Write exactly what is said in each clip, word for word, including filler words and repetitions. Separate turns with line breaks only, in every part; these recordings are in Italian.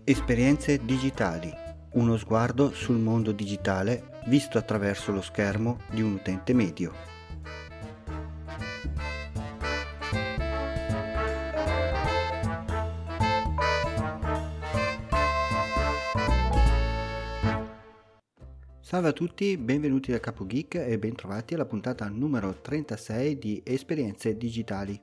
Esperienze digitali, uno sguardo sul mondo digitale visto attraverso lo schermo di un utente medio. Salve a tutti, benvenuti da Capo Geek e bentrovati alla puntata numero trentasei di Esperienze digitali.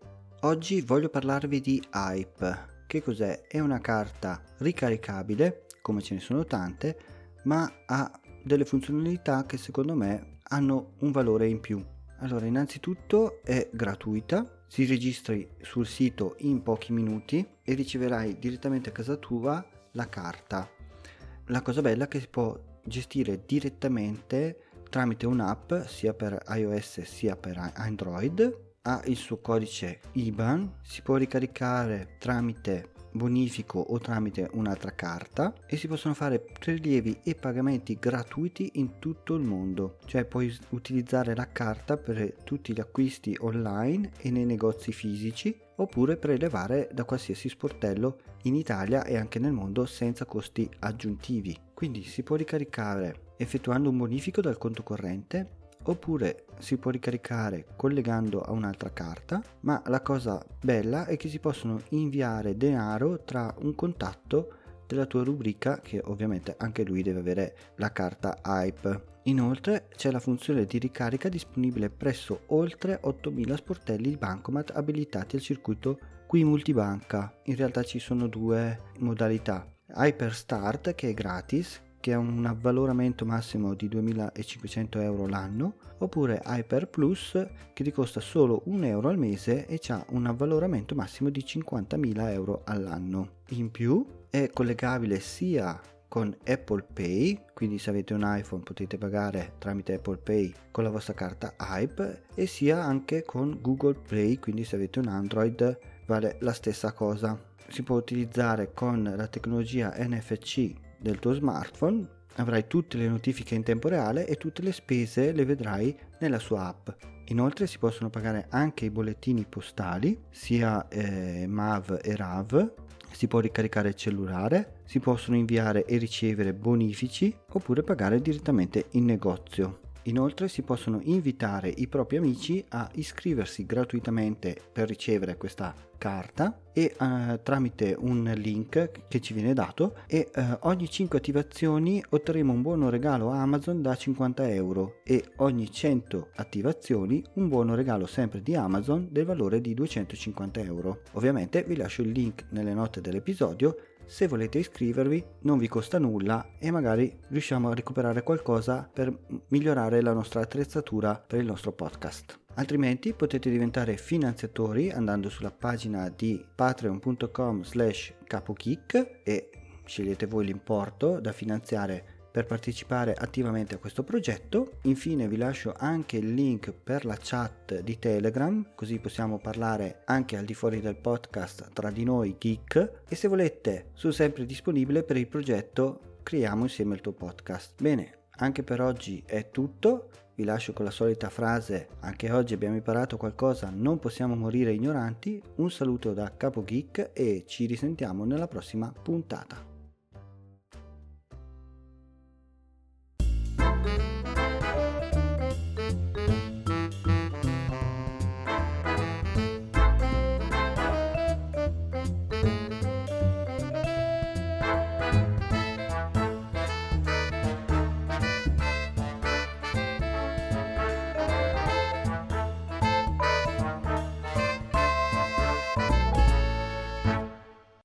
Oggi voglio parlarvi di Hype. Che cos'è? È una carta ricaricabile, come ce ne sono tante, ma ha delle funzionalità che secondo me hanno un valore in più. Allora, innanzitutto è gratuita, si registri sul sito in pochi minuti e riceverai direttamente a casa tua la carta. La cosa bella è che si può gestire direttamente tramite un'app sia per iOS sia per Android. Ha il suo codice I B A N, si può ricaricare tramite bonifico o tramite un'altra carta e si possono fare prelievi e pagamenti gratuiti in tutto il mondo, cioè puoi utilizzare la carta per tutti gli acquisti online e nei negozi fisici oppure prelevare da qualsiasi sportello in Italia e anche nel mondo senza costi aggiuntivi. Quindi si può ricaricare effettuando un bonifico dal conto corrente oppure si può ricaricare collegando a un'altra carta, ma la cosa bella è che si possono inviare denaro tra un contatto della tua rubrica, che ovviamente anche lui deve avere la carta Hype. Inoltre c'è la funzione di ricarica disponibile presso oltre ottomila sportelli di bancomat abilitati al circuito Qui Multibanca. In realtà ci sono due modalità: Hyper Start, che è gratis, che ha un avvaloramento massimo di duemilacinquecento euro l'anno, oppure Hyper Plus, che ti costa solo un euro al mese e ha un avvaloramento massimo di cinquantamila euro all'anno. In più è collegabile sia con Apple Pay, quindi se avete un iPhone potete pagare tramite Apple Pay con la vostra carta Hype, e sia anche con Google Play, quindi se avete un Android vale la stessa cosa. Si può utilizzare con la tecnologia N F C del tuo smartphone, avrai tutte le notifiche in tempo reale e tutte le spese le vedrai nella sua app. Inoltre si possono pagare anche i bollettini postali, sia eh, M A V e R A V, si può ricaricare il cellulare, si possono inviare e ricevere bonifici oppure pagare direttamente in negozio. Inoltre si possono invitare i propri amici a iscriversi gratuitamente per ricevere questa carta e uh, tramite un link che ci viene dato e uh, ogni cinque attivazioni otterremo un buono regalo Amazon da cinquanta euro e ogni cento attivazioni un buono regalo sempre di Amazon del valore di duecentocinquanta euro. Ovviamente vi lascio il link nelle note dell'episodio. Se volete iscrivervi non vi costa nulla e magari riusciamo a recuperare qualcosa per migliorare la nostra attrezzatura per il nostro podcast. Altrimenti potete diventare finanziatori andando sulla pagina di patreon punto com slash capogeek e scegliete voi l'importo da finanziare per partecipare attivamente a questo progetto. Infine vi lascio anche il link per la chat di Telegram, così possiamo parlare anche al di fuori del podcast tra di noi geek, e se volete sono sempre disponibile per il progetto Creiamo insieme il tuo podcast. Bene, anche per oggi è tutto, vi lascio con la solita frase: anche oggi abbiamo imparato qualcosa, non possiamo morire ignoranti. Un saluto da Capo Geek e ci risentiamo nella prossima puntata.